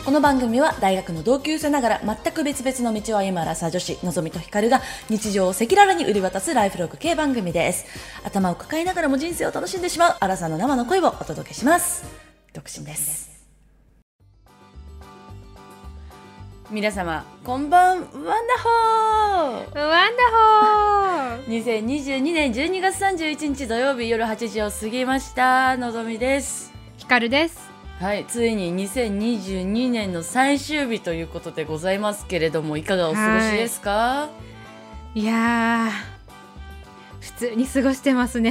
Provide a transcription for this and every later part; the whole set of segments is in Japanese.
この番組は大学の同級生ながら全く別々の道を歩むアラサー女子のぞみとひかるが日常を赤裸々に売り渡すライフログ系番組です。頭を抱えながらも人生を楽しんでしまうアラサーの生の声をお届けします。独身です。皆様こんばんワンダホー2022年12月31日土曜日夜8時を過ぎました。のぞみです。 ひかるです。 はい、ついに2022年の最終日ということでございますけれども、いかがお過ごしですか？ いやー、普通に過ごしてますね。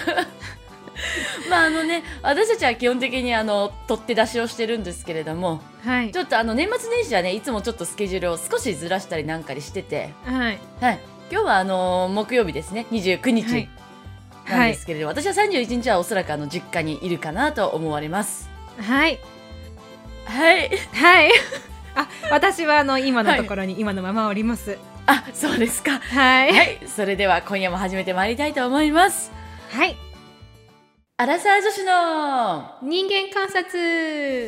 まあ私たちは基本的に取って出しをしてるんですけれども、 はい、 ちょっと年末年始はね、いつもちょっとスケジュールを少しずらしたりなんかにしてて、 はいはい、今日は木曜日ですね、29日なんですけれども、私は31日はおそらく実家にいるかなと思われます。 はいはいはい。あ、私は今のところに今のままおります。 あ、そうですか。 はい、 はい、それでは今夜も始めてまいりたいと思います。 はい。 アラサー女子の人間観察。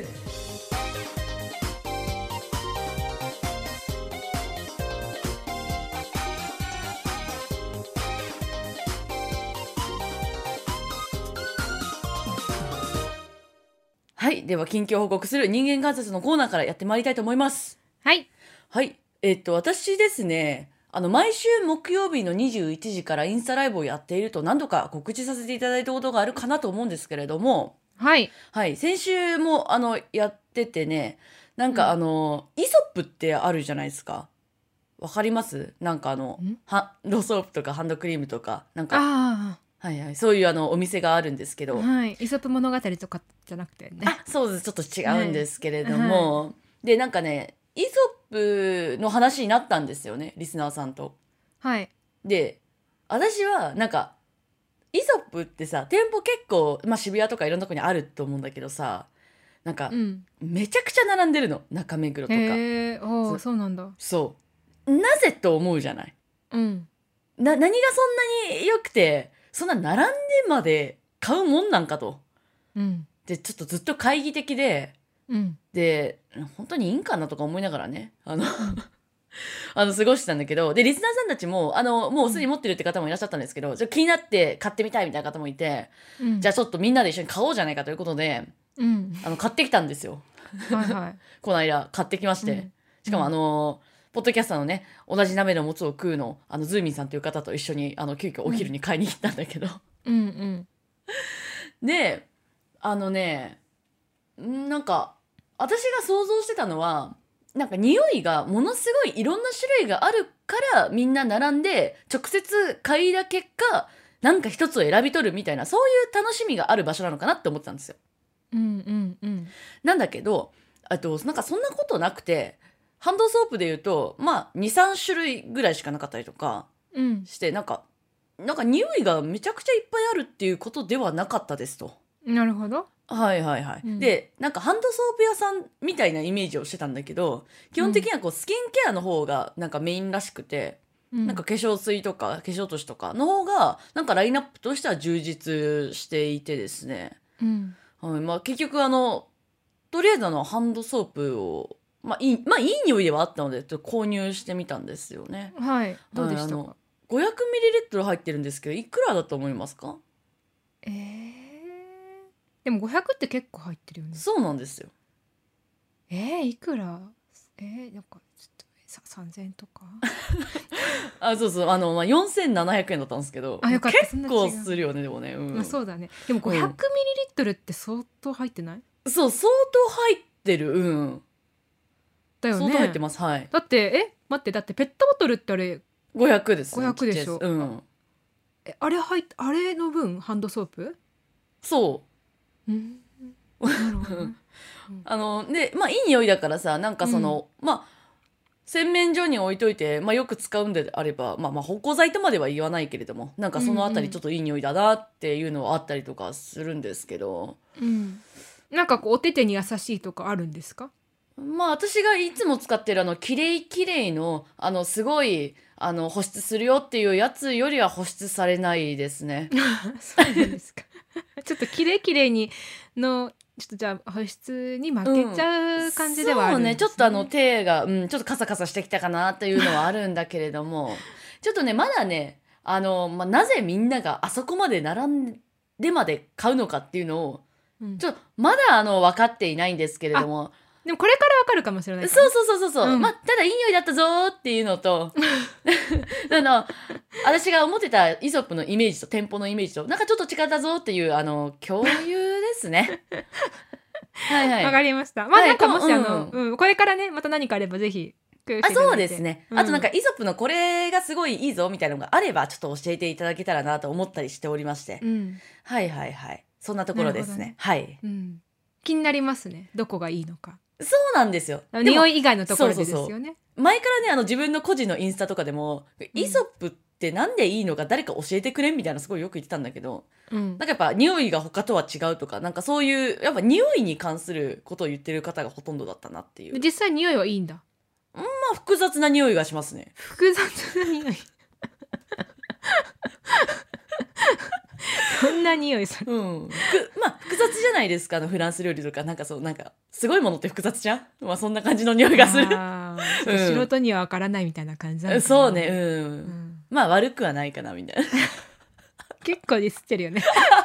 はい、では近況報告する人間観察のコーナーからやってまいりたいと思います。 はいはい、私ですね、毎週木曜日の21時からインスタライブをやっていると何度か告知させていただいたことがあるかなと思うんですけれども、 はい、 はい、先週もやっててね、なんかイソップってあるじゃないですか。わかります？なんかハンドソープとかハンドクリームとかなんか、 あはいはい、そういうお店があるんですけど、 はい、イソップ物語とかじゃなくてね。 あ、そうです、ちょっと違うんですけれども、でなんかね、イソップの話になったんですよね、リスナーさんと。 はい。 で、私はなんかイソップってさ、店舗結構、渋谷とかいろんなとこにあると思うんだけどさ、なんか、めちゃくちゃ並んでるの、中目黒とか。 へえ、そうなんだ。 そうなぜと思うじゃない。何がそんなに良くてそんな並んでまで買うもんなんかと、でちょっとずっと懐疑的で、で本当にいいんかなとか思いながらね、過ごしてたんだけど、でリスナーさんたちももうすでに持ってるって方もいらっしゃったんですけど、じゃ気になって買ってみたいみたいな方もいて、じゃあちょっとみんなで一緒に買おうじゃないかということで、買ってきたんですよ。 はいはい。 この間買ってきまして、しかもポッドキャスターのね、同じ鍋のもつを食うのズーミンさんという方と一緒に急遽お昼に買いに行ったんだけど、でなんか私が想像してたのは、なんか匂いがものすごいいろんな種類があるからみんな並んで直接嗅いだ結果なんか一つを選び取るみたいな、そういう楽しみがある場所なのかなって思ってたんですよ。なんだけどなんかそんなことなくて、ハンドソープでいうと2、3種類ぐらいしかなかったりとかして、なんか匂いがめちゃくちゃいっぱいあるっていうことではなかったですと。 なるほど。 はいはいはい、でなんかハンドソープ屋さんみたいなイメージをしてたんだけど、基本的にはこうスキンケアの方がなんかメインらしくて、なんか化粧水とか化粧落としとかの方がなんかラインナップとしては充実していてですね、はい、結局とりあえずハンドソープをいい匂いではあったのでちょっと購入してみたんですよね。 はい、どうでしたか ？500ml 入ってるんですけど、いくらだと思いますか？ でも500って結構入ってるよね。 そうなんですよ。 いくら？なんかちょっと3000円とかそうそう、4700円だったんですけど、 よかった。 結構するよね。でもね、 そうだね。でも 500ml って相当入ってない？ そう、相当入ってる。 だよね。 相当入ってます。はい。 だって待って、だってペットボトルってあれ 500です、ね。 500でしょ。あれの分ハンドソープ？ そう。なるほど。でいい匂いだからさ、なんか洗面所に置いといて、よく使うんであれば、芳香剤とまでは言わないけれども、なんかそのあたりちょっといい匂いだなっていうのはあったりとかするんですけど、 なんかこうお手手に優しいとかあるんですか？ 私がいつも使ってるキレイのすごい保湿するよっていうやつよりは保湿されないですね。 そうなんですか。ちょっとキレイにのちょっとじゃあ保湿に負けちゃう感じではあるそうんね、 ですね。 ちょっと手が、ちょっとカサカサしてきたかなというのはあるんだけれども、ちょっとね、まだね、なぜみんながあそこまで並んでまで買うのかっていうのを、ちょっとまだ分かっていないんですけれども、 でもこれからわかるかもしれないからね。 そう、ただいい匂いだったぞーっていうのと私が思ってたイソップのイメージと店舗のイメージとなんかちょっと違ったぞっていう共有ですね。はいはい。 わかりました。なんかもしこれからねまた何かあればぜひ共有していただいて。 そうですね。あとなんかイソップのこれがすごいいいぞみたいなのがあればちょっと教えていただけたらなと思ったりしておりまして。はいはいはい。そんなところですね。はい。 気になりますね。どこがいいのか。 そうなんですよ。 匂い以外のところでですよね。 前からね自分の個人のインスタとかでも、イソップってなんでいいのか誰か教えてくれみたいなすごいよく言ってたんだけど、なんかやっぱ匂いが他とは違うとかなんかそういうやっぱ匂いに関することを言ってる方がほとんどだったなっていう。 実際匂いはいいんだ。 複雑な匂いがしますね。 複雑な匂いそんな匂いする。 複雑じゃないですかフランス料理とかなんかすごいものって複雑じゃん。そんな感じの匂いがする。 素人にはわからないみたいな感じなのかな。 そうね。悪くはないかなみたいな。 結構ディスってるよね。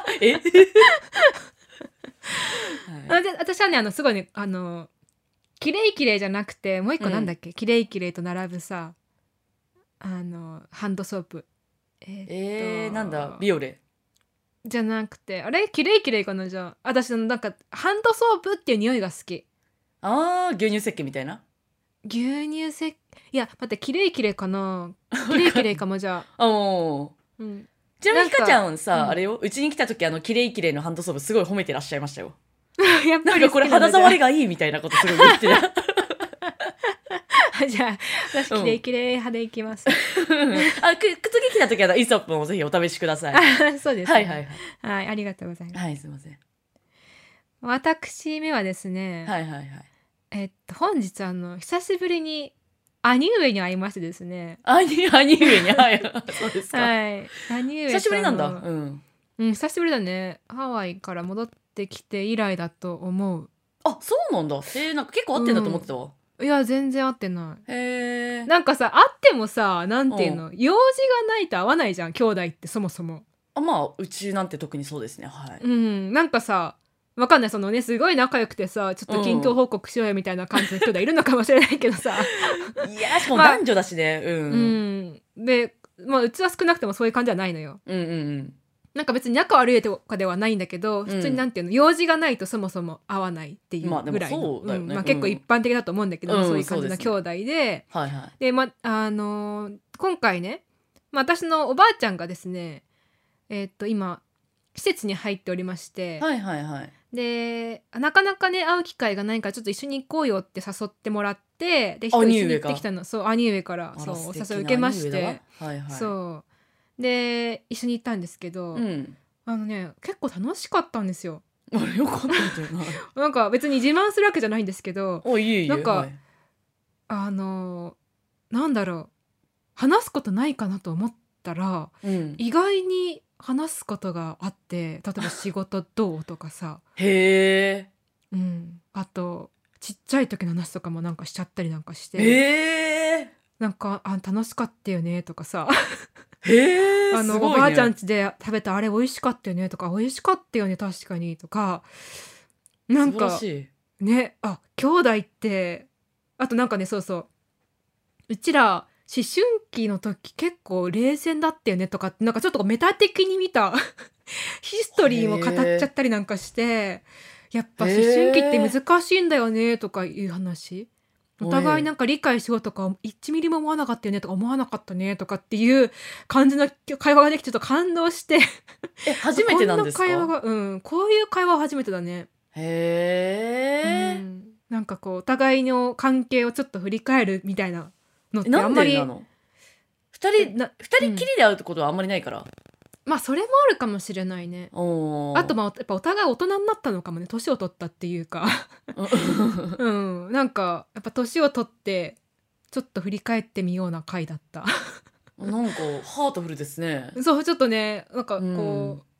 私はねすごいねキレイキレイじゃなくてもう一個なんだっけ、キレイキレイと並ぶさハンドソープなんだビオレじゃなくてあれキレイキレイかな。じゃあ私なんかハンドソープっていう匂いが好き。 牛乳石鹸みたいな。 牛乳石いや待ってキレイキレイかな。キレイキレイかもじゃあちなみにひかちゃんさ、あれようちに来た時キレイキレイのハンドソープすごい褒めてらっしゃいましたよ。 やっぱりなんかこれ肌触りがいいみたいなことすごい言ってた。 じゃあ私キレイキレイ派でいきます。 次来た時はイソップもぜひお試しください。 そうです、ね。はい、ありがとうございます。 はい、すみません。 私目はですね。 はいはいはい。 本日久しぶりに兄上に会いましてですね。 兄上にそうですか。 はい。兄上久しぶりなんだ。 久しぶりだね。ハワイから戻ってきて以来だと思う。 あ、そうなんだ。なんか結構会ってんだと思ってたわ。 いや全然会ってない。 へえ。 なんかさ会ってもさなんていうの、用事がないと会わないじゃん兄弟ってそもそも。 うちなんて特にそうですね。はい。 なんかさわかんないすごい仲良くてさちょっと近況報告しようよみたいな感じの兄弟いるのかもしれないけどさいやしかも男女だしね。 でうちは少なくともそういう感じはないのよ。なんか別に仲悪いとかではないんだけど、普通になんていうの用事がないとそもそも会わないっていうぐらいの、結構一般的だと思うんだけど、そういう感じの兄弟で、で今回ね、私のおばあちゃんがですね今施設に入っておりまして、でなかなかね会う機会がないからちょっと一緒に行こうよって誘ってもらって、で一緒に行ってきたの。そう兄上からそうお誘い受けまして、そうで一緒に行ったんですけど、結構楽しかったんですよ。 よかったみたいな。 なんか別に自慢するわけじゃないんですけど、なんか、なんだろう話すことないかなと思ったら、意外に話すことがあって、例えば仕事どうとかさへえ、 あとちっちゃい時の話とかもなんかしちゃったりなんかして、なんか楽しかったよねとかさおばあちゃん家で食べたあれ美味しかったよねとか、美味しかったよね確かにとか、なんかね兄弟って、あとなんかねうちら思春期の時結構冷戦だったよねとかってなんかちょっとメタ的に見たヒストリーも語っちゃったりなんかして、やっぱ思春期って難しいんだよねとかいう話、お互いなんか理解しようとか1ミリも思わなかったよねとか思わなかったねとかっていう感じの会話ができてちょっと感動して初めてなんですか？ こんな会話が、こういう会話は初めてだね。 へえ、 なんかこうお互いの関係をちょっと振り返るみたいなのってあんまり2 人きりで会うってことはあんまりないから、 それもあるかもしれないね。あとやっぱお互い大人になったのかもね、年を取ったっていうかなんかやっぱ年を取ってちょっと振り返ってみような回だったなんかハートフルですね。 そうちょっとねなんかこ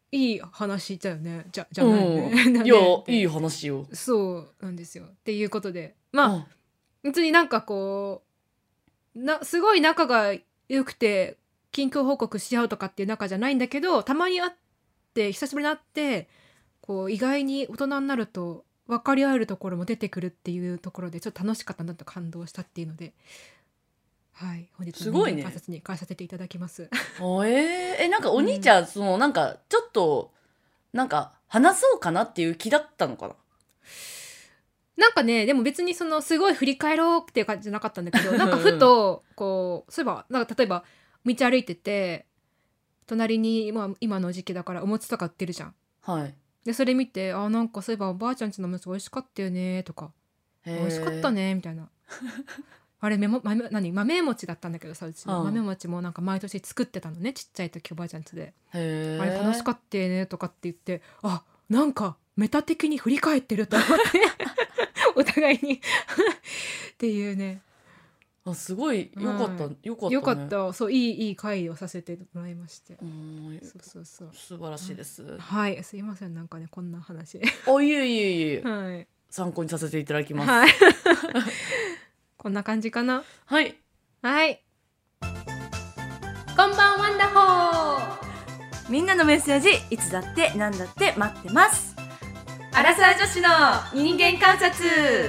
いい話だよね。じゃないね。 いや、いい話よ。 そうなんですよ。っていうことで、まあ別になんかこうすごい仲が良くて近況報告し合うとかっていう仲じゃないんだけど、たまに会って久しぶりに会ってこう意外に大人になると分かり合えるところも出てくるっていうところでちょっと楽しかったなと感動したっていうので、はい、本日の人間観察に返させていただきます。 なんかお兄ちゃん、そのなんかちょっとなんか話そうかなっていう気だったのかな。 なんかね、でも別にそのすごい振り返ろうっていう感じじゃなかったんだけどなんかふとこうそういえばなんか例えば道歩いてて隣に、今の時期だからお餅とか売ってるじゃん。 はい。 でそれ見てなんかそういえばおばあちゃんちのお餅美味しかったよねとか美味しかったねみたいなあれ豆餅だったんだけどさ、うちの豆餅もなんか毎年作ってたのね、ちっちゃい時おばあちゃんちで。あれ楽しかったよねとかって言って、なんかメタ的に振り返ってると思ってお互いにっていうね。 すごいよかった、よかったね。 よかった。そういい会をさせてもらいまして。そう素晴らしいです。 はい、すいませんなんかねこんな話。 いえ、はい、参考にさせていただきます。 はい。こんな感じかな。 はい。 はい。こんばんワンダホー。みんなのメッセージいつだって何だって待ってます。 アラサー女子の人間観察。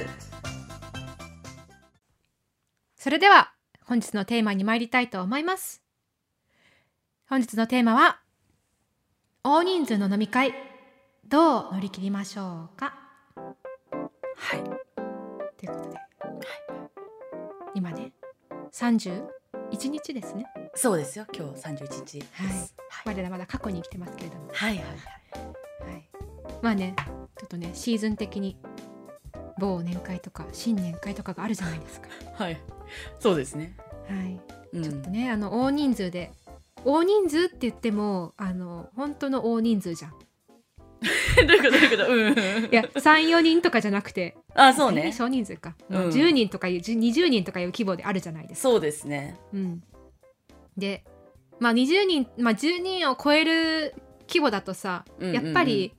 それでは本日のテーマに参りたいと思います。本日のテーマは大人数の飲み会どう乗り切りましょうか。 はい。 ということで、今ね31日ですね。 そうですよ、今日31日です。 我らまだ過去に生きてますけれども、 はい。 まあねちょっとねシーズン的に某年会とか新年会とかがあるじゃないですか。 はい、そうですね。 はい、ちょっとね大人数で、大人数って言っても本当の大人数じゃん。 どういうこと、 いや 3,4 人とかじゃなくて、 そうね、 少人数か、10人とかいう20人とかいう規模であるじゃないですか。 そうですね。 で20人、10人を超える規模だとさ、やっぱり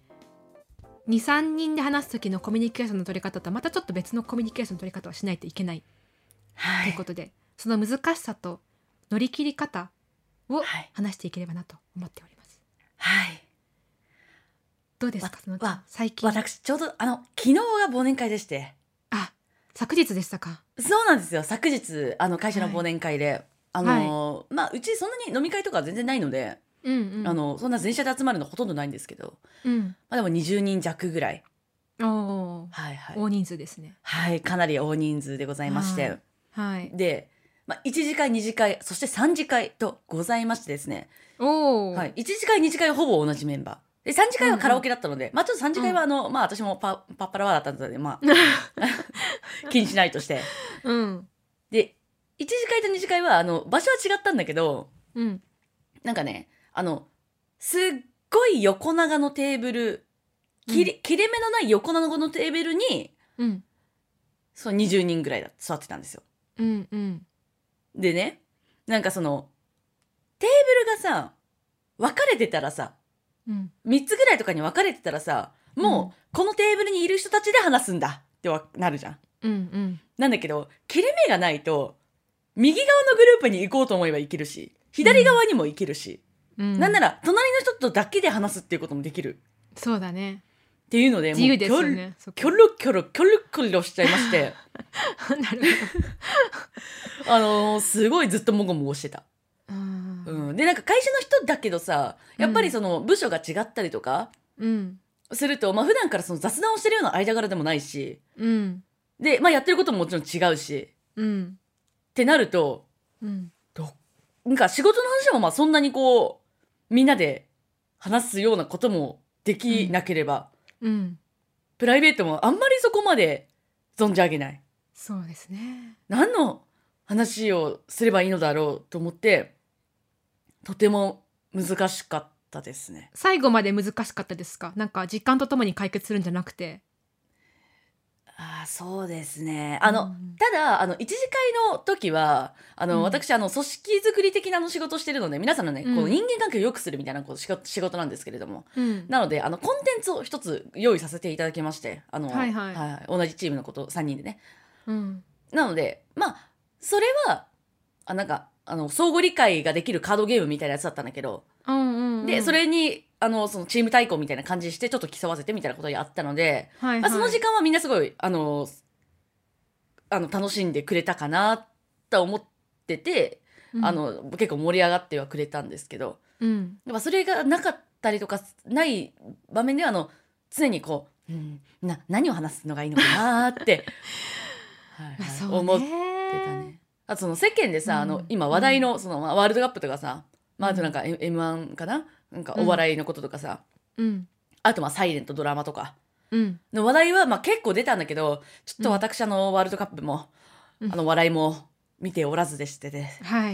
2,3 人で話す時のコミュニケーションの取り方とまたちょっと別のコミュニケーションの取り方をしないといけない、ということで、その難しさと乗り切り方を話していければなと思っております。 はい。 どうですかその最近。 私ちょうど昨日が忘年会でして。 昨日でしたか。 そうなんですよ。昨日会社の忘年会で、うちそんなに飲み会とか全然ないので、そんな全社で集まるのほとんどないんですけど、でも20人弱ぐらい。大人数ですね。 はい、かなり大人数でございまして、で、1次会2次会そして3次会とございましてですね。1次会2次会はほぼ同じメンバーで、3次会はカラオケだったので、ちょっと3次会は私もパッパラワーだったので気にしないとして、で1次会と2次会は場所は違ったんだけど、なんかねすっごい横長のテーブル、切れ目のない横長のテーブルに、そう20人ぐらい座ってたんですよ。でね、なんかそのテーブルがさ分かれてたらさ、3つぐらいとかに分かれてたらさ、もうこのテーブルにいる人たちで話すんだってなるじゃん。なんだけど切れ目がないと右側のグループに行こうと思えば行けるし、左側にも行けるし、なんなら隣の人とだけで話すっていうこともできる。 そうだね。 っていうので、 自由ですよね。 キョロキョロしちゃいましてなるほどすごいずっともごもごしてた。でなんか会社の人だけどさ、やっぱりその部署が違ったりとかすると、普段からその雑談をしてるような間柄でもないし、で、やってることももちろん違うし、ってなると、なんか仕事の話もそんなにこうみんなで話すようなこともできなければ、プライベートもあんまりそこまで存じ上げない。 そうですね。 何の話をすればいいのだろうと思って、とても難しかったですね。 最後まで難しかったですか。なんか時間とともに解決するんじゃなくて。 そうですね。ただ一次会の時は私組織作り的な仕事してるので、皆さんのね、こう人間関係を良くするみたいな仕事なんですけれども、なのでコンテンツを一つ用意させていただきまして、同じチームのこと3人でね、なのでそれはなんか相互理解ができるカードゲームみたいなやつだったんだけど、でそれにそのチーム対抗みたいな感じにしてちょっと競わせてみたいなことをやったので、その時間はみんなすごい楽しんでくれたかなと思ってて、結構盛り上がってはくれたんですけど、それがなかったりとかない場面では常にこう、何を話すのがいいのかなって思ってたね。あと世間でさ、今話題のワールドカップとかさ、あとなんか M1 かな、なんかお笑いのこととかさ、あとサイレントドラマとかの話題は結構出たんだけど、ちょっと私ワールドカップも笑いも見ておらずでしてね、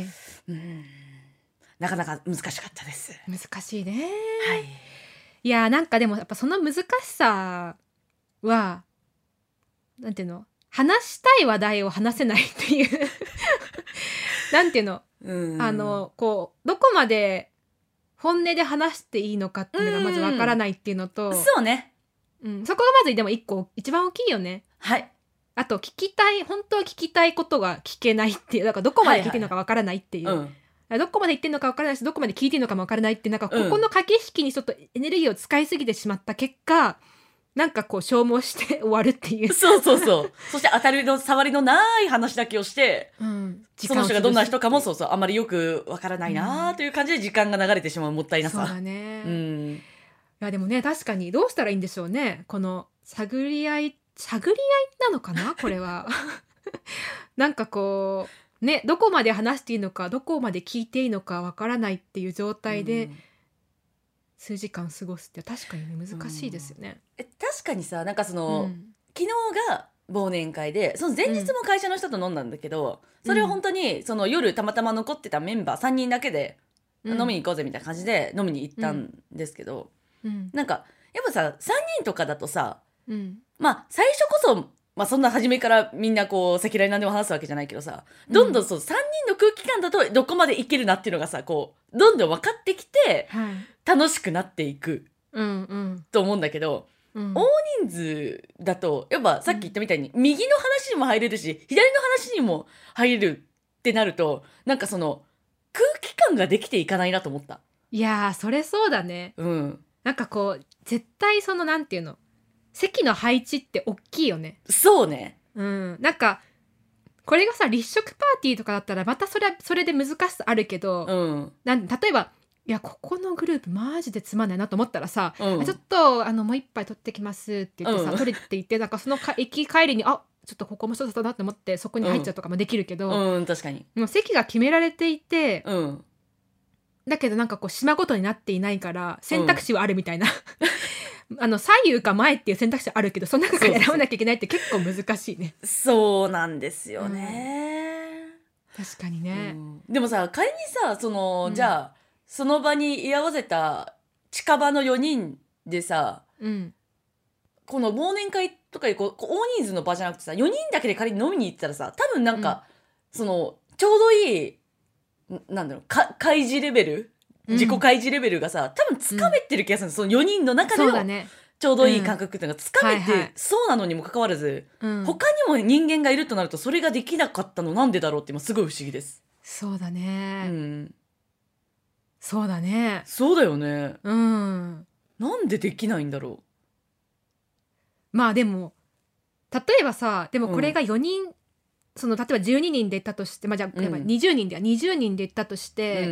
なかなか難しかったです。 難しいね。いやなんかでもやっぱその難しさはなんていうの、話したい話題を話せないっていうなんていうの、こうどこまで本音で話していいのかっていうのがまずわからないっていうのと、 そうね、 そこがまずでも一番大きいよね。あと本当は聞きたいことが聞けないっていう、だからどこまで聞いてるのかわからないっていう、どこまで言ってるのかわからないし、どこまで聞いてるのかもわからないって、なんかここの駆け引きにちょっとエネルギーを使いすぎてしまった結果、なんかこう消耗して終わるっていう。 そうそして当たりの触りのない話だけをして、その人がどんな人かもあまりよくわからないなという感じで時間が流れてしまうもったいなさ。 そうだね。いやでもね、確かにどうしたらいいんでしょうね、この探り合いなのかなこれはなんかこうね、どこまで話していいのかどこまで聞いていいのかわからないっていう状態で、数時間過ごすって確かにね難しいですよね。 確かにさ、なんか昨日が忘年会で、その前日も会社の人と飲んだんだけど、それは本当に夜たまたま残ってたメンバー3人だけで飲みに行こうぜみたいな感じで飲みに行ったんですけど、なんかやっぱさ3人とかだとさ、最初こそそんな初めからみんなこう赤裸々に何でも話すわけじゃないけどさ、どんどん3人の空気感だとどこまでいけるなっていうのがさ、こうどんどん分かってきて、楽しくなっていくと思うんだけど、大人数だとやっぱさっき言ったみたいに、右の話にも入れるし左の話にも入れるってなると、なんか空気感ができていかないなと思った。 いやそれそうだね。なんかこう絶対なんていうの、席の配置って大きいよね。 そうね。 なんかこれがさ立食パーティーとかだったらまたそれで難しさあるけど、例えばいやここのグループマジでつまんないなと思ったらさ、ちょっともう一杯取ってきますって言ってさ、取れって言って、なんかその帰りにちょっとここもそうだなと思ってそこに入っちゃうとかもできるけど、 確かにもう席が決められていて、だけどなんかこう島ごとになっていないから選択肢はあるみたいな、左右か前っていう選択肢あるけど、その中から選ばなきゃいけないって結構難しいね。 そうなんですよね、 確かにね、 でもさ仮にさじゃあその場に居合わせた近場の4人でさ、この忘年会とかで大人数の場じゃなくてさ、4人だけで仮に飲みに行ったらさ、多分なんか、ちょうどいいなんだろう、開示レベル、自己開示レベルがさ、多分つかめてる気がする、その4人の中でのちょうどいい感覚っていうのがつかめてそうなのにもかかわらず、他にも人間がいるとなるとそれができなかったのなんでだろうって今すごい不思議です。 そうだね、そうだね。 そうだよね。なんでできないんだろう。まあでも例えばさ、でもこれが4人、例えば12人で行ったとして、じゃあ20人で行ったとして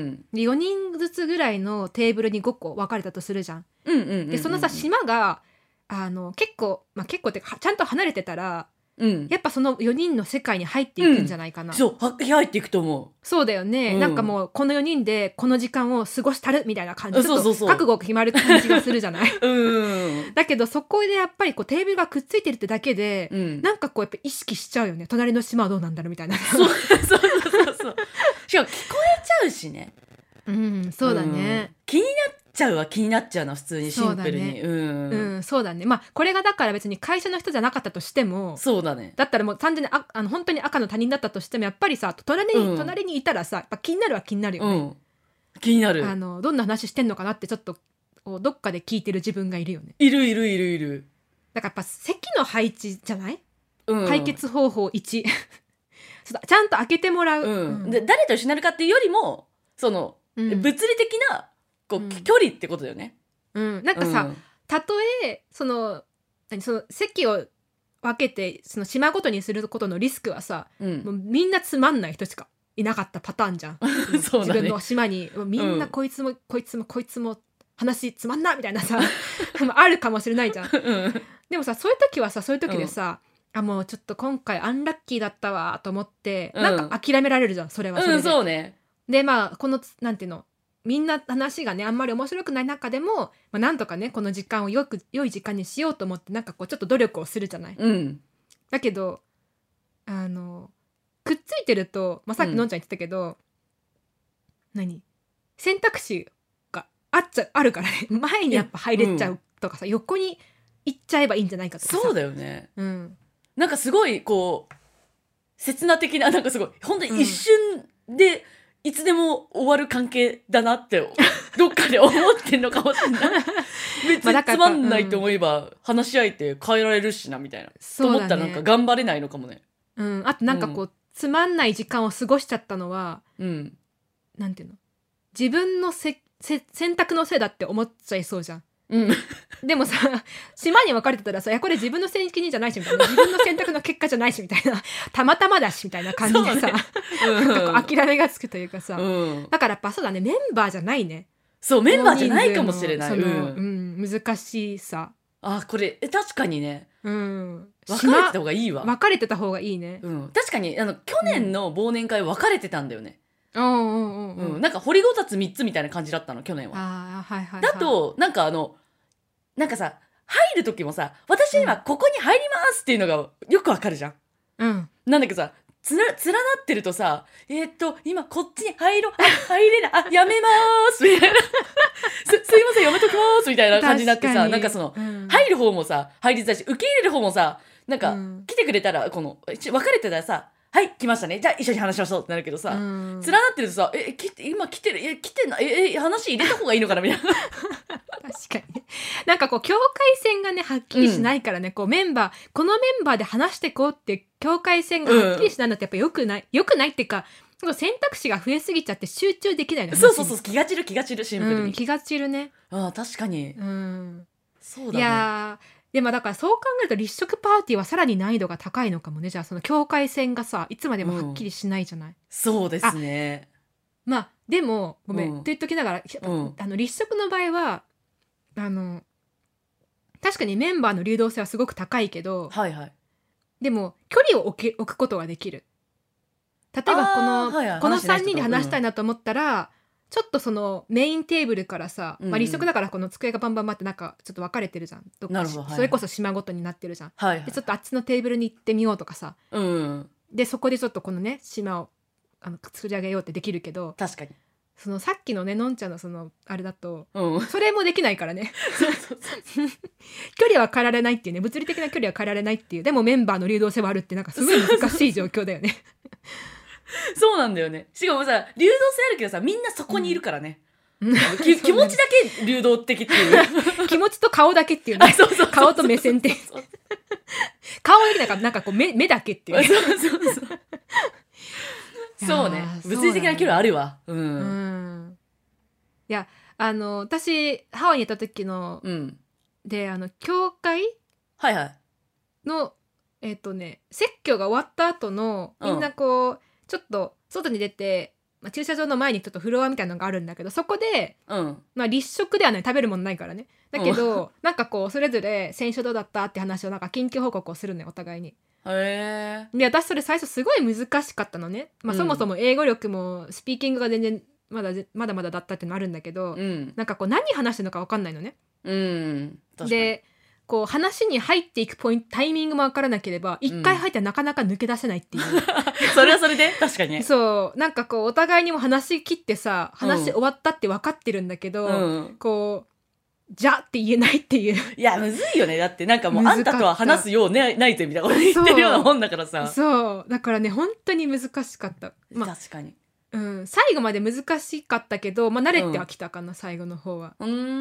、4人ずつぐらいのテーブルに5個分かれたとするじゃん。でそのさ島が結構ってかちゃんと離れてたら、やっぱその4人の世界に入っていくんじゃないかな。 そう入っていくと思う。 そうだよね、なんかもうこの4人でこの時間を過ごしたるみたいな感じ、ちょっと覚悟が決まる感じがするじゃないだけどそこでやっぱりこうテーブルがくっついてるってだけで、なんかこうやっぱ意識しちゃうよね、隣の島はどうなんだろうみたいな。そうしかも聞こえちゃうしね。 そうだね、 気になっちゃうわ、気になっちゃうな、普通にシンプルに。 そうだね。まあこれがだから別に会社の人じゃなかったとしても、 そうだね。 だったらもう単純に本当に赤の他人だったとしてもやっぱりさ、隣にいたらさ、やっぱ気になるは気になるよね。 気になる。 どんな話してんのかなってちょっとどっかで聞いてる自分がいるよね。 いる。 だからやっぱ席の配置じゃない？解決方法1。ちゃんと開けてもらう。 で誰と一緒になるかっていうよりも、その、物理的なこう、距離ってことだよね。 なんかさ、たとえその席を分けてその島ごとにすることのリスクはさ、もうみんなつまんない人しかいなかったパターンじゃん。そうだね、自分の島にみんなこいつもこいつもこいつも話つまんなみたいなさあるかもしれないじゃん。でもさ、そういう時はさ、そういう時でさ、もうちょっと今回アンラッキーだったわと思って、なんか諦められるじゃん、それはそれで。 そうね。 でまあこのなんていうの、みんな話がねあんまり面白くない中でも、なんとかねこの時間を良い時間にしようと思ってなんかこうちょっと努力をするじゃない。だけどくっついてると、さっきのんちゃん言ってたけど、選択肢があるからね、前にやっぱ入れちゃうとかさ、横に行っちゃえばいいんじゃないかとかさ。 そうだよね。なんかすごいこう刹那的な、なんかすごい本当に一瞬で、いつでも終わる関係だなってどっかで思ってんのかもしれない。別につまんないと思えば話し合えて変えられるしなみたいな、と思ったらなんか頑張れないのかもね。 あとなんかこう、つまんない時間を過ごしちゃったのは、なんていうの、自分の選択のせいだって思っちゃいそうじゃん。でもさ、島に分かれてたらさ、いやこれ自分の責任じゃないしみたいな、自分の選択の結果じゃないしみたいな、たまたまだしみたいな感じでさ、なんか諦めがつくというかさ、だからやっぱそうだね、メンバーじゃないね。 そう、メンバーじゃないかもしれない。 難しさ。 これ確かにね、分かれてた方がいいわ。 分かれてた方がいいね。 確かに去年の忘年会分かれてたんだよね。なんか掘りごたつ3つみたいな感じだったの、去年は。だとなんかなんかさ、入る時もさ、私今ここに入りますっていうのがよくわかるじゃん。なんだけどさ、連なってるとさ、今こっちに入れない、やめますみたいなすいませんやめときますみたいな感じになってさ、なんかその、入る方もさ入りづらいし、受け入れる方もさ、なんか、来てくれたらこの別れてたらさ、はい来ましたね、じゃあ一緒に話しましょうってなるけどさ、連なってるとさ、今来てる、来てない、話入れた方がいいのかなみたいな確かにね。なんかこう境界線がねはっきりしないからね、こうこのメンバーで話してこうって境界線がはっきりしないのってやっぱ良くないっていうか、選択肢が増えすぎちゃって集中できないの。 そう気が散るシンプルに、 気が散るね。 確かに。そうだね。 いやでもだからそう考えると立食パーティーはさらに難易度が高いのかもね。じゃあその境界線がさいつまでもはっきりしないじゃない。 そうですね。 でもごめん、と言っときながら、立食の場合は確かにメンバーの流動性はすごく高いけど、でも距離を置くことができる。例えばこの3人で話したいなと思ったら、ちょっとそのメインテーブルからさ、立食だからこの机がバンバンバンってなんかちょっと分かれてるじゃん。それこそ島ごとになってるじゃん。でちょっとあっちのテーブルに行ってみようとかさ、でそこでちょっとこのね島を作り上げようってできるけど、 確かにそのさっきのねのんちゃんのそのあれだと、それもできないからね距離は変えられないっていうね、物理的な距離は変えられないっていう、でもメンバーの流動性はあるって、なんかすごい難しい状況だよねそうなんだよね。しかもさ、流動性あるけどさ、みんなそこにいるからね、気持ちだけ流動的っていう気持ちと顔だけっていうね、顔と目線って顔だけなんかこう目だけっていう、 そうね、物理的な距離あるわ。 いや私ハワイにいた時の、で教会の説教が終わった後のみんなこうちょっと外に出て、駐車場の前にちょっとフロアみたいなのがあるんだけど、そこで、立食ではない、食べるものないからね、だけど、なんかこうそれぞれ先週どうだったって話をなんか近況報告をするね、お互いに。で私それ最初すごい難しかったのね、そもそも英語力もスピーキングが全然まだだったってのあるんだけど、なんかこう何話してるのか分かんないのね。でこう話に入っていくタイミングも分からなければ一回入ったらなかなか抜け出せないっていう、 それはそれで確かにそうなんかこうお互いにも話し切ってさ話終わったって分かってるんだけど、こうじゃって言えないっていう。 いやむずいよね。だってなんかもうあんたとは話すようねないぜみたいなこと言ってるようなもんだからさ。 そうだからね本当に難しかった、 確かに、 最後まで難しかったけど、慣れてはきたかな、最後の方は。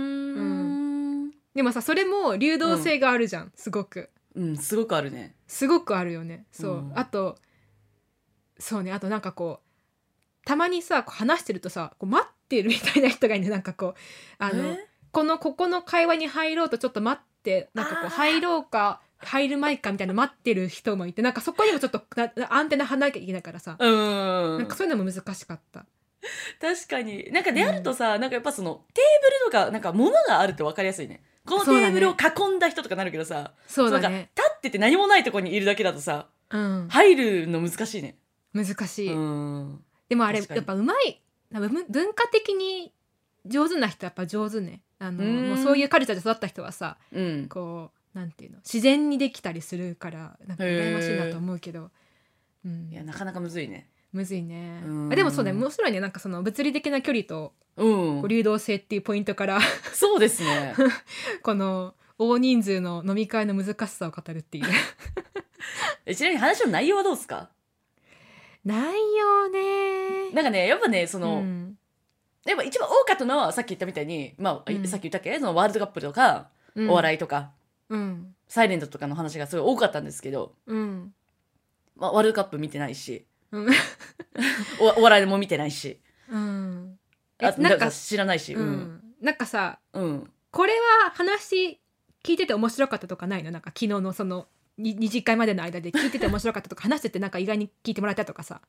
でもさそれも流動性があるじゃん、すごく。 すごくあるね。 すごくあるよね。そう、あとそうね、あとなんかこうたまにさこう話してるとさこう待ってるみたいな人がいるね。なんかこうここの会話に入ろうとちょっと待ってなんかこう入ろうか入る前かみたいな待ってる人もいて、なんかそこにもちょっとアンテナ張らなきゃいけないからさ、なんかそういうのも難しかった。 確かになんかであるとさ、なんかやっぱそのテーブルとかなんか物があると分かりやすいね。このテーブルを囲んだ人とかなるけどさ、 そうだね、 なんか立ってて何もないとこにいるだけだとさ、入るの難しいね。 難しい。でもあれやっぱうまい、文化的に上手な人はやっぱ上手ね。もうそういうカルチャーで育った人はさ、こうなんていうの自然にできたりするからなんか羨ましいなと思うけど、 いやなかなかむずいね。 むずいね。でもそうね、面白いね。なんかその物理的な距離と、流動性っていうポイントからそうですねこの大人数の飲み会の難しさを語るっていうちなみに話の内容はどうですか？ 内容ね、 なんかねやっぱねその、やっぱ一番多かったのはさっき言ったみたいに、さっき言ったっけそのワールドカップとか、お笑いとか、サイレントとかの話がすごい多かったんですけど、ワールドカップ見てないし、お笑いも見てないし、なんか知らないし、 なんかさ、これは話聞いてて面白かったとかないの？なんか昨日のその2次会までの間で聞いてて面白かったとか話しててなんか意外に聞いてもらえたとかさ。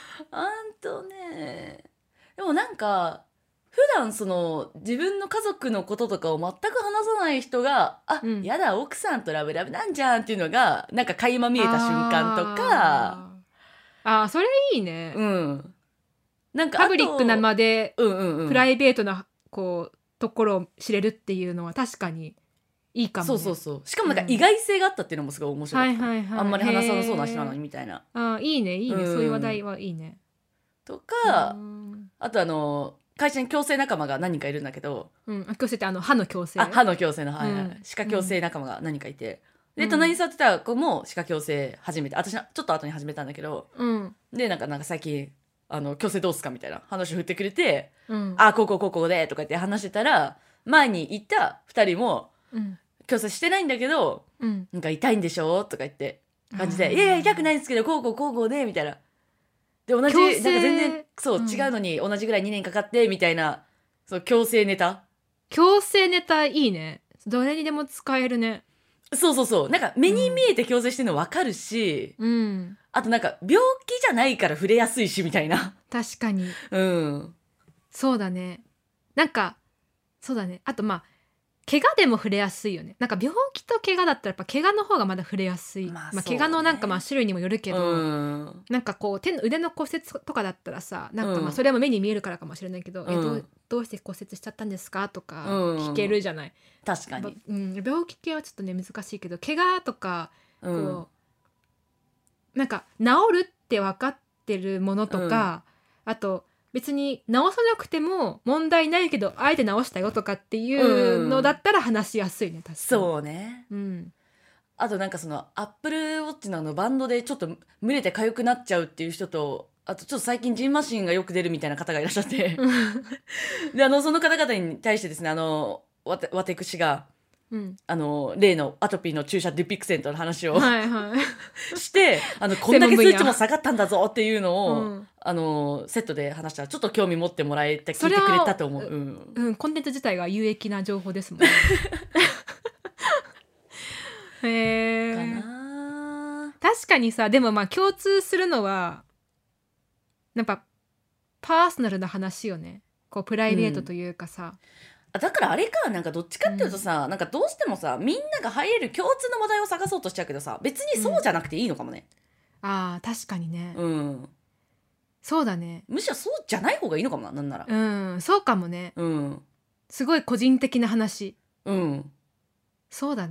でもなんか普段その自分の家族のこととかを全く話さない人がやだ奥さんとラブラブなんじゃんっていうのがなんか垣間見えた瞬間とか、 それいいね。 なんかパブリックなまでプライベートなこうところを知れるっていうのは確かにいいかもね。 そうしかもなんか意外性があったっていうのもすごい面白かった。あんまり話さなそうな人なのにみたいな。 いいねそういう話題はいいね。 とかあと会社に矯正仲間が何人かいるんだけど、 矯正って歯の矯正、 歯の矯正の、歯科矯正仲間が何人かいて、で隣に座ってた子も歯科矯正始めて、私ちょっと後に始めたんだけど、でなんか最近矯正どうすかみたいな話を振ってくれて、ここでとか言って話してたら、前に行った2人も、矯正してないんだけど、なんか痛いんでしょとか言って感じで、いやいや痛くないんですけどこうでみたいな。で同じなんか全然違うのに同じぐらい2年かかってみたいな、そう矯正ネタいいね。どれにでも使えるね。 そうなんか目に見えて矯正してるの分かるし、あとなんか病気じゃないから触れやすいしみたいな。 確かにそうだね。なんかそうだね。あと怪我でも触れやすいよね。なんか病気と怪我だったらやっぱ怪我の方がまだ触れやすい。怪我のなんか種類にもよるけど、なんかこう腕の骨折とかだったらさ、なんかそれも目に見えるからかもしれないけど、どうして骨折しちゃったんですかとか聞けるじゃない。 確かに。 病気系はちょっとね難しいけど、怪我とかこうなんか治るって分かってるものとか、あと別に直さなくても問題ないけどあえて直したよとかっていうのだったら話しやすいね。確かにそうね。あとなんかそのアップルウォッチのバンドでちょっと蒸れて痒くなっちゃうっていう人と、あとちょっと最近ジンマシンがよく出るみたいな方がいらっしゃってでその方々に対してですね、私が例のアトピーの注射デュピクセントの話をしてこんだけ数値も下がったんだぞっていうのを、セットで話したらちょっと興味持ってもらえて聞いてくれたと思う。 コンテンツ自体が有益な情報ですもんねかな。確かにさ、でも共通するのはやっぱパーソナルな話よね。こうプライベートというかさ、 だからあれか、なんかどっちかっていうとさ、なんかどうしてもさみんなが入れる共通の話題を探そうとしちゃうけどさ、別にそうじゃなくていいのかもね。 確かにね。そうだね。 むしろそうじゃない方がいいのかもな、なんなら。 そうかもね。すごい個人的な話。そうだね。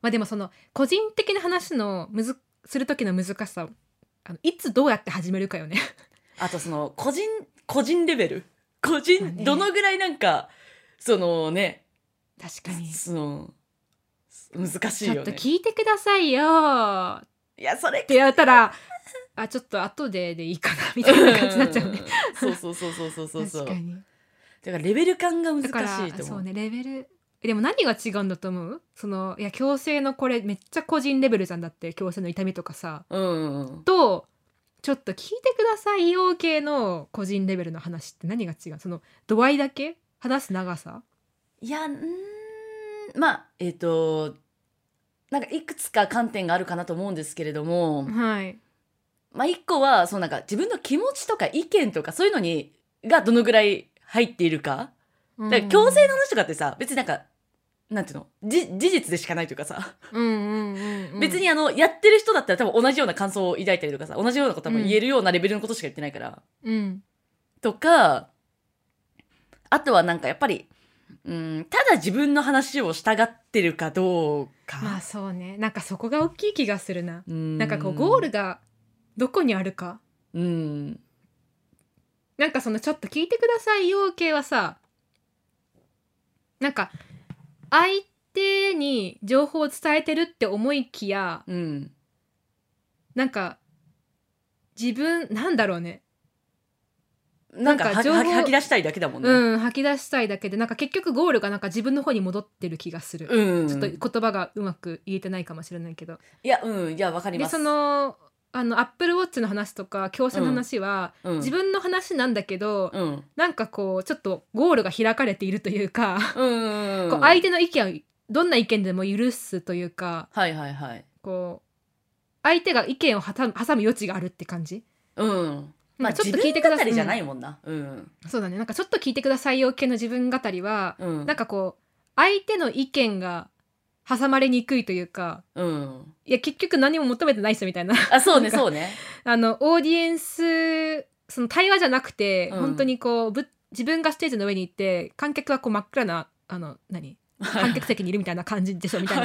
まあでもその個人的な話のする時の難しさ、いつどうやって始めるかよね。 あとその個人レベル、ね、どのぐらいなんかそのね、 確かにその難しいよね。 ちょっと聞いてくださいよ。 いやそれってやったらちょっと後でいいかなみたいな感じになっちゃうね。 そう確かに。だからレベル感が難しいと思う。 そうね、レベルでも何が違うんだと思う？そのいや矯正のこれめっちゃ個人レベルじゃん。だって矯正の痛みとかさ、とちょっと聞いてくださいよ系の個人レベルの話って何が違う？その度合いだけ？話す長さ？ いやまあなんかいくつか観点があるかなと思うんですけれども、 はい、 まあ一個はそのなんか自分の気持ちとか意見とかそういうのにがどのぐらい入っているか。だから矯正の話とかってさ、別になんかなんていうの、事実でしかないというかさ、別にやってる人だったら多分同じような感想を抱いたりとかさ、同じようなこと多分言えるようなレベルのことしか言ってないから、とか、あとはなんかやっぱりただ自分の話を従ってるかどうか。 まあそうね、なんかそこが大きい気がするな。なんかこうゴールがどこにあるか。なんかそのちょっと聞いてくださいよ系はさ、なんか相手に情報を伝えてるって思いきや、なんか自分なんだろうね、 なんか吐き出したいだけだもんね。 吐き出したいだけで、なんか結局ゴールがなんか自分の方に戻ってる気がする。ちょっと言葉がうまく言えてないかもしれないけど。 いやわかります。 でそのアップルウォッチの話とか矯正の話は、自分の話なんだけど、なんかこうちょっとゴールが開かれているというか、こう相手の意見をどんな意見でも許すというか、こう相手が意見を挟む余地があるって感じ。 まあちょっと聞いてくださいじゃないもんな。 そうだね。なんかちょっと聞いてくださいよ系の自分語りは、なんかこう相手の意見が挟まれにくいというか、いや結局何も求めてないっすみたいな。 そうねそうね。 オーディエンス、その対話じゃなくて、本当にこう自分がステージの上に行って観客はこう真っ暗な観客席にいるみたいな感じでしょみたいな。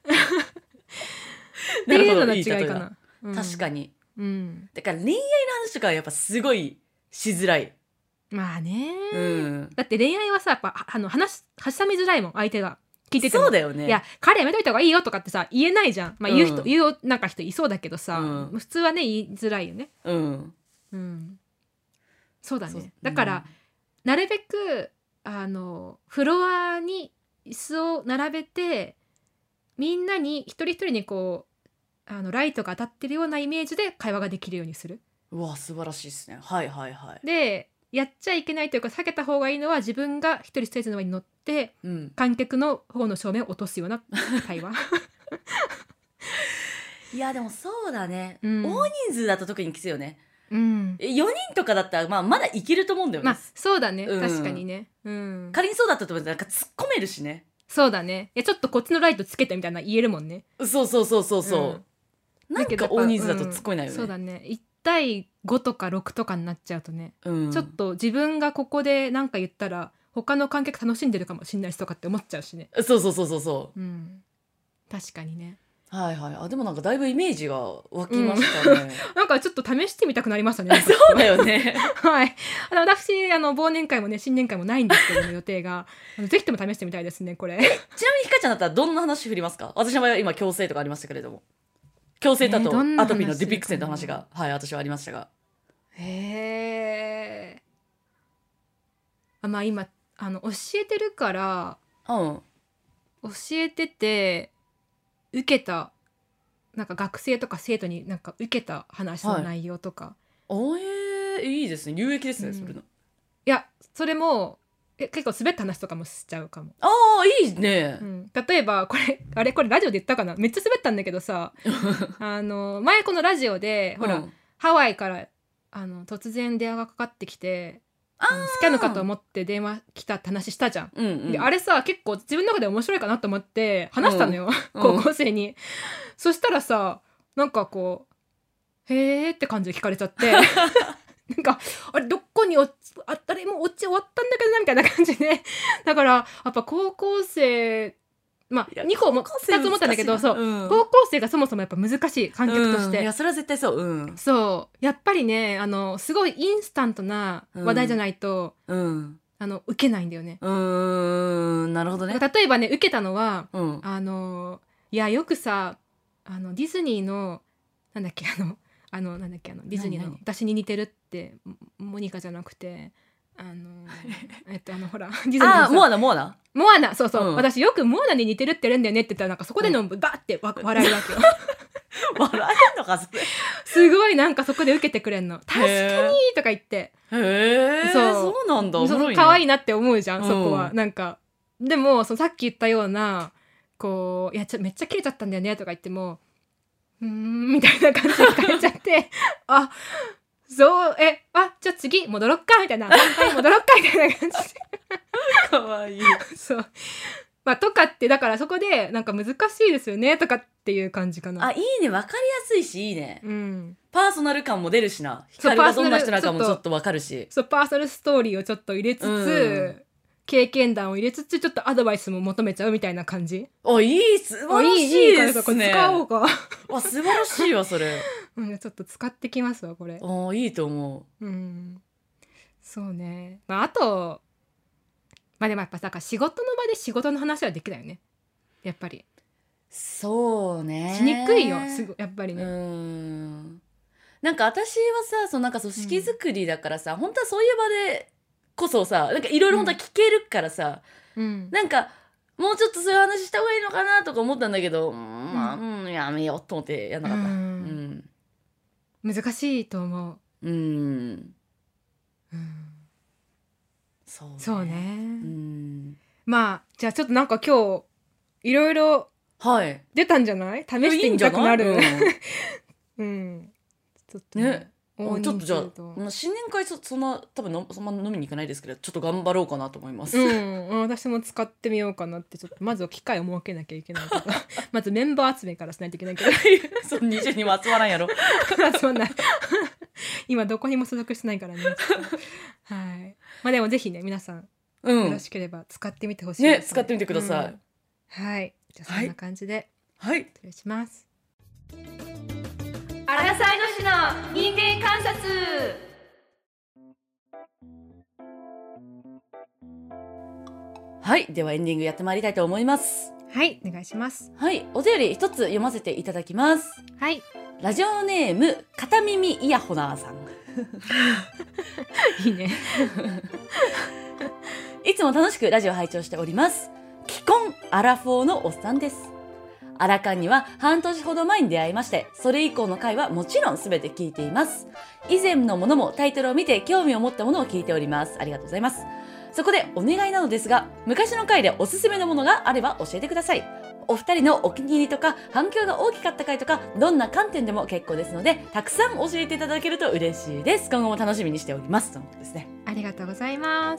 っていうのの違いかな。 確かに。だから恋愛の話とかはやっぱすごいしづらい。 まあね、だって恋愛はさやっぱ挟みづらいもん、相手が聞いてても。 そうだよね。 いや彼やめといた方がいいよとかってさ言えないじゃん。まあ言うなんか人いそうだけどさ、普通はね言いづらいよね。そうだね。だから、なるべくフロアに椅子を並べて、みんなに一人一人にこうライトが当たってるようなイメージで会話ができるようにする。 うわ素晴らしいですね。 でやっちゃいけないというか避けた方がいいのは、自分が一人ステージの上に乗って、観客の方の正面を落とすような会話。 いやでもそうだね、大人数だと特にきついよね。4人とかだったらまだいけると思うんだよね。 まあそうだね、確かにね。 仮にそうだったと思うとなんか突っ込めるしね。 そうだね。いやちょっとこっちのライトつけてみたいな言えるもんね。 そうなんか大人数だと突っ込めないよね。 そうだね。1対5とか6とかになっちゃうとね、ちょっと自分がここで何か言ったら他の観客楽しんでるかもしんないしとかって思っちゃうしね。 そう、 確かにね。 でもなんかだいぶイメージが湧きましたね。 なんかちょっと試してみたくなりましたね。 そうだよね。 私忘年会もね新年会もないんですけども、予定がぜひとも試してみたいですねこれ。 ちなみにひかちゃんだったらどんな話振りますか？私は今矯正とかありましたけれども、矯正だとアトピーのデュピクセンの話が私はありましたが。 まあ今教えてるから、教えてて受けたなんか学生とか生徒になんか受けた話の内容とか、 いいですね、有益ですね、それの。 いやそれも結構滑った話とかもしちゃうかも。 いいね、 例えばこれラジオで言ったかな、めっちゃ滑ったんだけどさ前このラジオでほら、ハワイから突然電話がかかってきて、スキャムかと思って電話来たって話したじゃん。であれさ結構自分の中で面白いかなと思って話したのよ、高校生に。そしたらさなんかこうへーって感じで聞かれちゃってなんかあれどこにあったりもうオチ終わったんだけどなみたいな感じでだからやっぱ高校生まあ2個も2つ思ったんだけど、そう、高校生がそもそもやっぱ難しい観客として、 いやそれは絶対そう、 そうやっぱりねすごいインスタントな話題じゃないと、受けないんだよね。 なるほどね。 例えばね受けたのは、いやよくさディズニーのなんだっけディズニーの私に似てるってモニカじゃなくてほらディズニーのモアナそうそう、私よくモアナに似てるって言うんだよねって言ったらなんかそこでのバーって笑えるわけよ笑えんのかそれすごいなんかそこで受けてくれんの。確かにとか言って、 そうなんだ、 可愛いなって思うじゃん、そこは。なんかでもさっき言ったようなこういやめっちゃ切れちゃったんだよねとか言ってもみたいな感じで変えちゃってあそうじゃあ次戻ろっかみたいな戻ろっかみたいな感じでかわいいそうとかってだからそこでなんか難しいですよねとかっていう感じかな。 いいね、分かりやすいしいいね、パーソナル感も出るしな、光がどんな人なのかもちょっと分かるし、 そうパーソナルストーリーをちょっと入れつつ、経験談を入れつつちょっとアドバイスも求めちゃうみたいな感じ。 いい素晴らしいですね。 使おうか素晴らしいわそれちょっと使ってきますわこれ。 いいと思う。 そうね。あとでもやっぱさ仕事の場で仕事の話はできないよねやっぱり。 そうね、 しにくいよやっぱりね。 なんか私はさなんか組織作りだからさ、本当はそういう場でこそさなんかいろいろ本当は聞けるからさ、なんかもうちょっとそういう話した方がいいのかなとか思ったんだけど、やめようと思ってやんなかった。 難しいと思う。そうね。じゃあちょっとなんか今日いろいろ出たんじゃない？試してみたくなる。ちょっとね。 ちょっとじゃあ新年会そんな多分そんな飲みに行かないですけどちょっと頑張ろうかなと思います。 私も使ってみようかなってちょっとまずは機会を設けなきゃいけないけどまずメンバー集めからしないといけないけどそう20人も集まらんやろ集まんない今どこにも所属してないからねはい。でもぜひね皆さんよろしければ使ってみてほしいです。 使ってみてください。 はいじゃあそんな感じで失礼します。アラサイの市の人間観察。 ではエンディングやってまいりたいと思います。 お願いします。 お便り一つ読ませていただきます。ラジオネーム片耳イヤホナーさんいいねいつも楽しくラジオ拝聴しております。既婚アラフォーのおっさんです。アラカンには半年ほど前に出会いまして、それ以降の回はもちろん全て聞いています。以前のものもタイトルを見て興味を持ったものを聞いております。ありがとうございます。そこでお願いなのですが、昔の回でおすすめのものがあれば教えてください。お二人のお気に入りとか反響が大きかった回とかどんな観点でも結構ですのでたくさん教えていただけると嬉しいです。今後も楽しみにしておりますとのことですね。 ありがとうございます。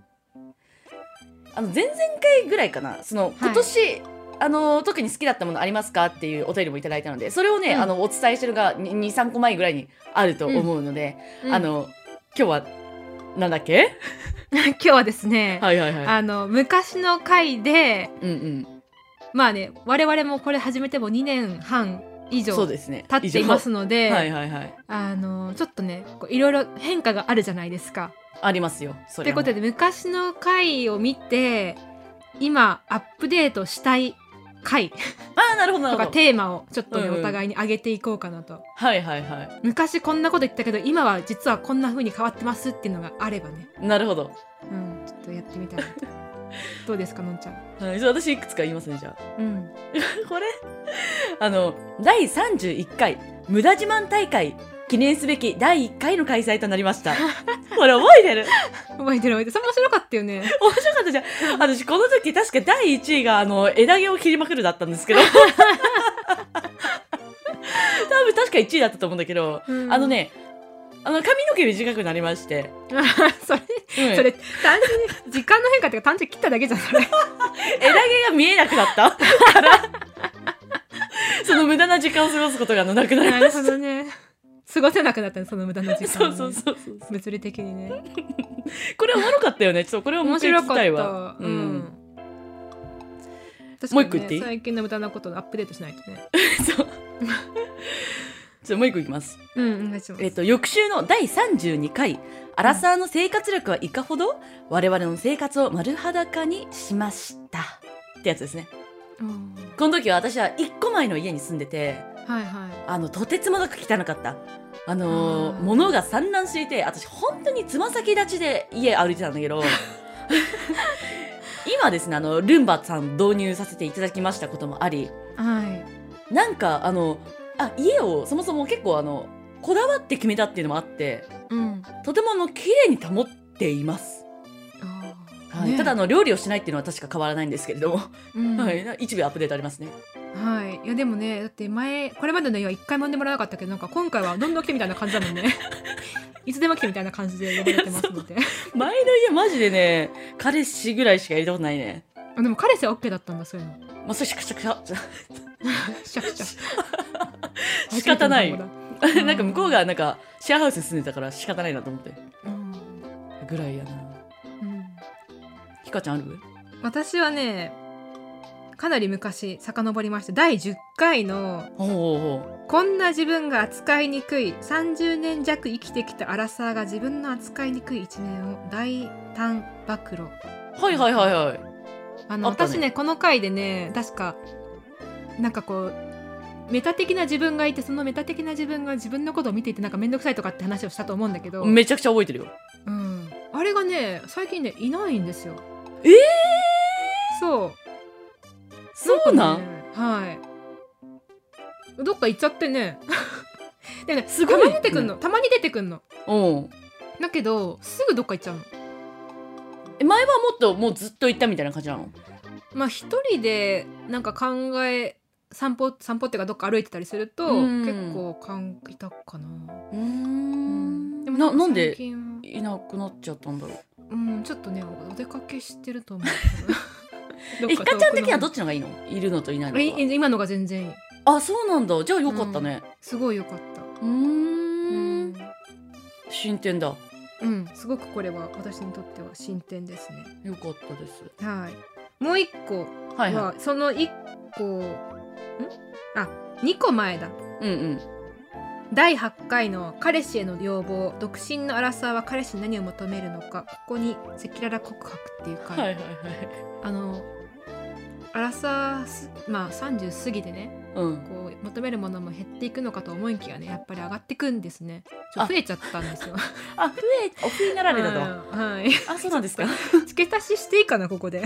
前々回ぐらいかな今年、特に好きだったものありますかっていうお便りもいただいたのでそれをね、お伝えしてるが 2,3 個前ぐらいにあると思うので、今日はなんだっけ今日はですね、昔の回で、我々もこれ始めても2年半以上経っていますので、ちょっとねいろいろ変化があるじゃないですか。 ありますよ。 ということで昔の回を見て今アップデートしたい回とかテーマをちょっとね、お互いに上げていこうかなと。昔こんなこと言ったけど今は実はこんな風に変わってますっていうのがあればね。 なるほど。 ちょっとやってみたいなとどうですかのんちゃん。 私いくつか言いますねじゃあ。これ第31回無駄自慢大会記念すべき第1回の開催となりました。これ覚えてる覚えてる。面白かったよね。 面白かったじゃん。私この時確か第1位が枝毛を切りまくるだったんですけど多分確か1位だったと思うんだけど、髪の毛短くなりましてそれ単純に時間の変化っていうか単純に切っただけじゃんそれ枝毛が見えなくなったからその無駄な時間を過ごすことがなくなりました。なるほどね。 過ごせなくなったねその無駄な時間、 そう物理的にねこれおもろかったよね。ちょっとこれは面白かったわ。 もう一個言っていい？最近の無駄なことをアップデートしないとね。 そうもう一個いきます。 お願いします。 翌週の第32回アラサーの生活力はいかほど、我々の生活を丸裸にしましたってやつですね。この時は私は1個前の家に住んでて、 はいはい、 とてつもなく汚かった。物が散乱していて、私本当につま先立ちで家歩いてたんだけど今ですね、ルンバさん導入させていただきましたこともあり、 はい、 なんか家をそもそも結構こだわって決めたっていうのもあって、とても綺麗に保っています。はい、ただ料理をしないっていうのは確か変わらないんですけれども、はい、一部アップデートありますね。 はい、いやでもね、だってこれまでの家は1回も呼んでもらわなかったけど、なんか今回はどんどん来てみたいな感じだもんねいつでも来てみたいな感じで呼ばれてますので前の家マジでね、彼氏ぐらいしかやりたことないね。 でも彼氏は OK だったんだ、そういうの。 まあそれしか仕方ないなんか向こうがなんかシェアハウスに住んでたから仕方ないなと思って、ぐらいやな。ひかちゃんある？ 私はね、かなり昔遡りまして、第10回のこんな自分が扱いにくい30年弱生きてきたアラサーが自分の扱いにくい一面を大胆暴露。 はいはいはいはい。 私ね、この回でね、確かなんかこうメタ的な自分がいて、そのメタ的な自分が自分のことを見ていてなんかめんどくさいとかって話をしたと思うんだけど、 めちゃくちゃ覚えてるよ。 あれがね、最近ねいないんですよ。そうなん、はい、どっか行っちゃってねでね、すごいたまに出てくんの、たまに出てくんの。だけどすぐどっか行っちゃうの。 前はもっともうずっと行ったみたいな感じなの？ まあ一人でなんか散歩っていうかどっか歩いてたりすると結構いたかな。 でもなんでいなくなっちゃったんだろう。 ちょっとねお出かけしてると思うひかちゃん的にはどっちのがいいの？いるのといないのか。 今のが全然いい。 あ、そうなんだ。じゃあよかったね。 すごいよかった。 進展だ。 すごくこれは私にとっては進展ですね。 よかったです。 はい。もう一個は、その一個2個前だ。第8回の彼氏への要望、独身のアラサーは彼氏に何を求めるのか、ここに赤裸々告白っていう回。アラサー、まあ30過ぎでね、こう求めるものも減っていくのかと思いきやね、やっぱり上がってくんですね。増えちゃったんですよ。 お増えになられたと。 はい。 あ、そうなんですか。 付け足ししていいかな、ここで。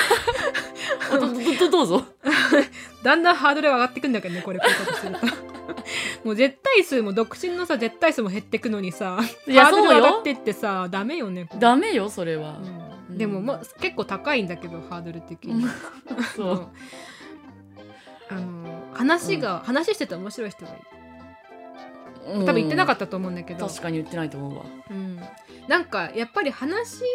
どうぞ。 だんだんハードルが上がってくんだけどね、こういうことすると。もう絶対数も独身のさ、絶対数も減ってくのにさ、ハードル上がってってさ、ダメよね。 ダメよ、それは。 でも、結構高いんだけど、ハードル的に。そう話してて面白い人がいる。多分言ってなかったと思うんだけど。 確かに言ってないと思うわ。 なんかやっぱり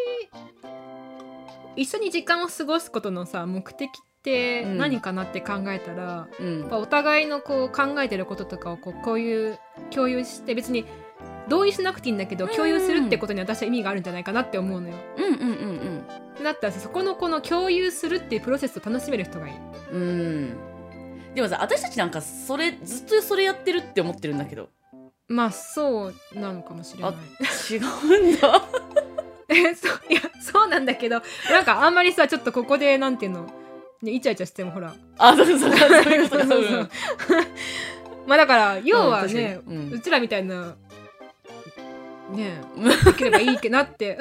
一緒に時間を過ごすことのさ、目的って何かなって考えたら、お互いのこう考えてることとかを共有して、別に同意しなくていいんだけど、共有するってことに私は意味があるんじゃないかなって思うのよ。だったらそこのこの共有するっていうプロセスを楽しめる人がいい。 でもさ、私たちなんかずっとそれやってるって思ってるんだけど。 まあそうなのかもしれない。 違うんだ。 いやそうなんだけど、なんかあんまりさ、ちょっとここでなんていうの、ね、イチャイチャしてもほら、 そういうことか。 まあだから要はね、うちらみたいなねできればいいけなって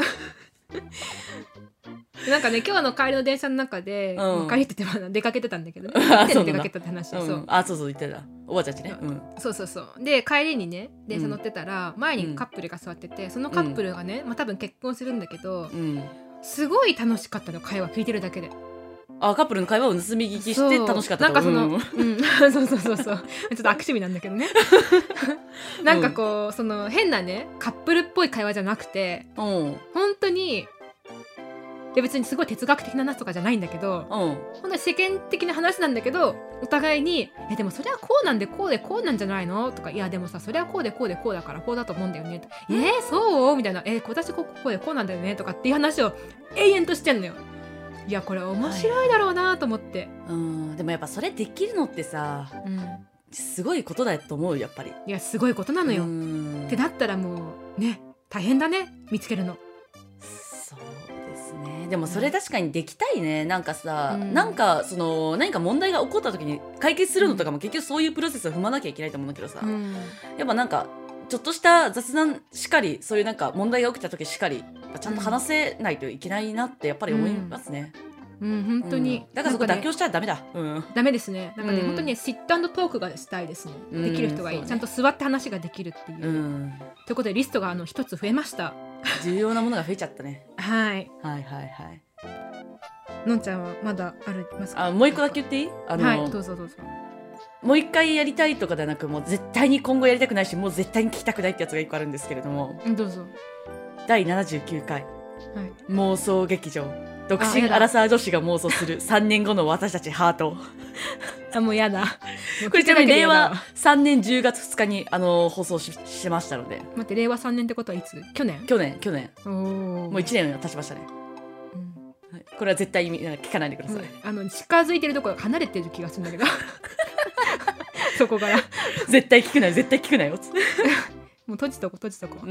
なんかね、今日の帰りの電車の中で、帰りって言って出かけてたんだけどね、出かけたって話。そう言ってた、おばあちゃんちね。 そうで、帰りにね電車乗ってたら、前にカップルが座ってて、そのカップルがね、多分結婚するんだけど、すごい楽しかったの、会話聞いてるだけで。 カップルの会話を盗み聞きして楽しかったと。 なんかそのそうちょっと悪趣味なんだけどね。なんかこう、その変なねカップルっぽい会話じゃなくて、本当に別にすごい哲学的な話とかじゃないんだけど、本当に世間的な話なんだけど、お互いにでもそれはこうなんでこうでこうなんじゃないのとか、いやでもさ、それはこうでこうでこうだからこうだと思うんだよねと、そうみたいな、私こうでこうなんだよねとかっていう話を永遠としてんのよ。 いやこれ面白いだろうなと思って、 でもやっぱそれできるのってさ、すごいことだと思うやっぱり。 いやすごいことなのよ。ってなったらもうね大変だね見つけるの。 そうですね。でもそれ確かにできたいね。なんかさ、なんかその何か問題が起こった時に解決するのとかも結局そういうプロセスを踏まなきゃいけないと思うんだけどさ、やっぱなんかちょっとした雑談しかり、そういうなんか問題が起きた時しかりちゃんと話せないといけないなってやっぱり思いますね。 本当に、 だからそこ妥協したらダメだ。 ダメですね。なんかね、本当にシット&トークがしたいですね。できる人がいい、ちゃんと座って話ができるっていう。ということでリストが一つ増えました。 重要なものが増えちゃったね。 はい。のんちゃんはまだありますか？ もう一個だけ言っていい？ はい、どうぞどうぞ。 もう一回やりたいとかではなく、もう絶対に今後やりたくないし、もう絶対に聞きたくないってやつが一個あるんですけれども、 どうぞ。 第79回、妄想劇場、独身アラサー女子が妄想する3年後の私たちハート。 もうやだ。 これちなみに令和3年10月2日に放送 しましたので。 待って、令和3年ってことはいつ？去年もう1年経ちましたね。これは絶対聞かないでください。 近づいてるところ離れてる気がするんだけど。そこから絶対聞くなよもう閉じとこ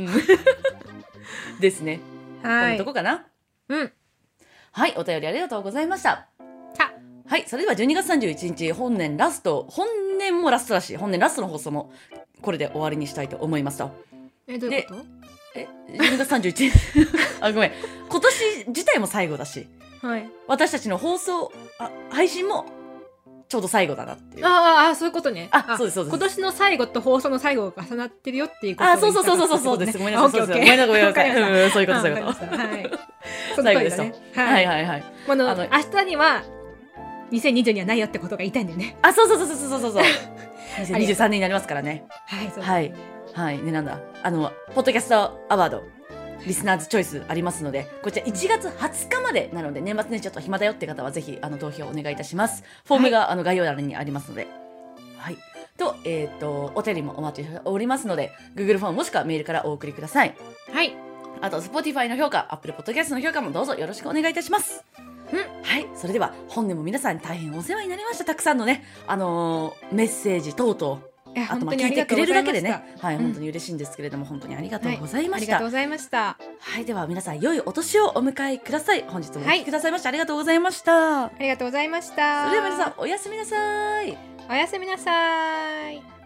ですね。 はい、 このとこかな。はい、お便りありがとうございました。はい、それでは12月31日本年ラスト、本年もラストだし、本年ラストの放送もこれで終わりにしたいと思いますと。 どういうこと？ 12月31日ごめん、今年自体も最後だし、私たちの放送配信もちょうど最後だなっていう。 そういうことね。 そうです今年の最後と放送の最後が重なってるよっていうことを言ったかったってことね。 そうです。ごめんなさい。ごめんなさい。そういうこと。最後ですと。はい。 明日には2020にはないよってことが言いたいんだよね。 そう。2023年になりますからね。はい。ね、なんだ。ポッドキャストアワード。リスナーズチョイスありますので、こちら1月20日までなので、年末年始ちょっと暇だよって方はぜひ投票お願いいたします。フォームが概要欄にありますので、とお便りもお待ちしておりますので、 Google フォームもしくはメールからお送りください。あと Spotify の評価、Apple Podcast の評価もどうぞよろしくお願いいたします。それでは本年も皆さんに大変お世話になりました。たくさんのねメッセージ等々、あと聞いてくれるだけでね、本当に嬉しいんですけれども、本当にありがとうございました。では皆さん良いお年をお迎えください。本日もお聞きくださいましてありがとうございました。 ありがとうございました。 それでは皆さんおやすみなさい。 おやすみなさい。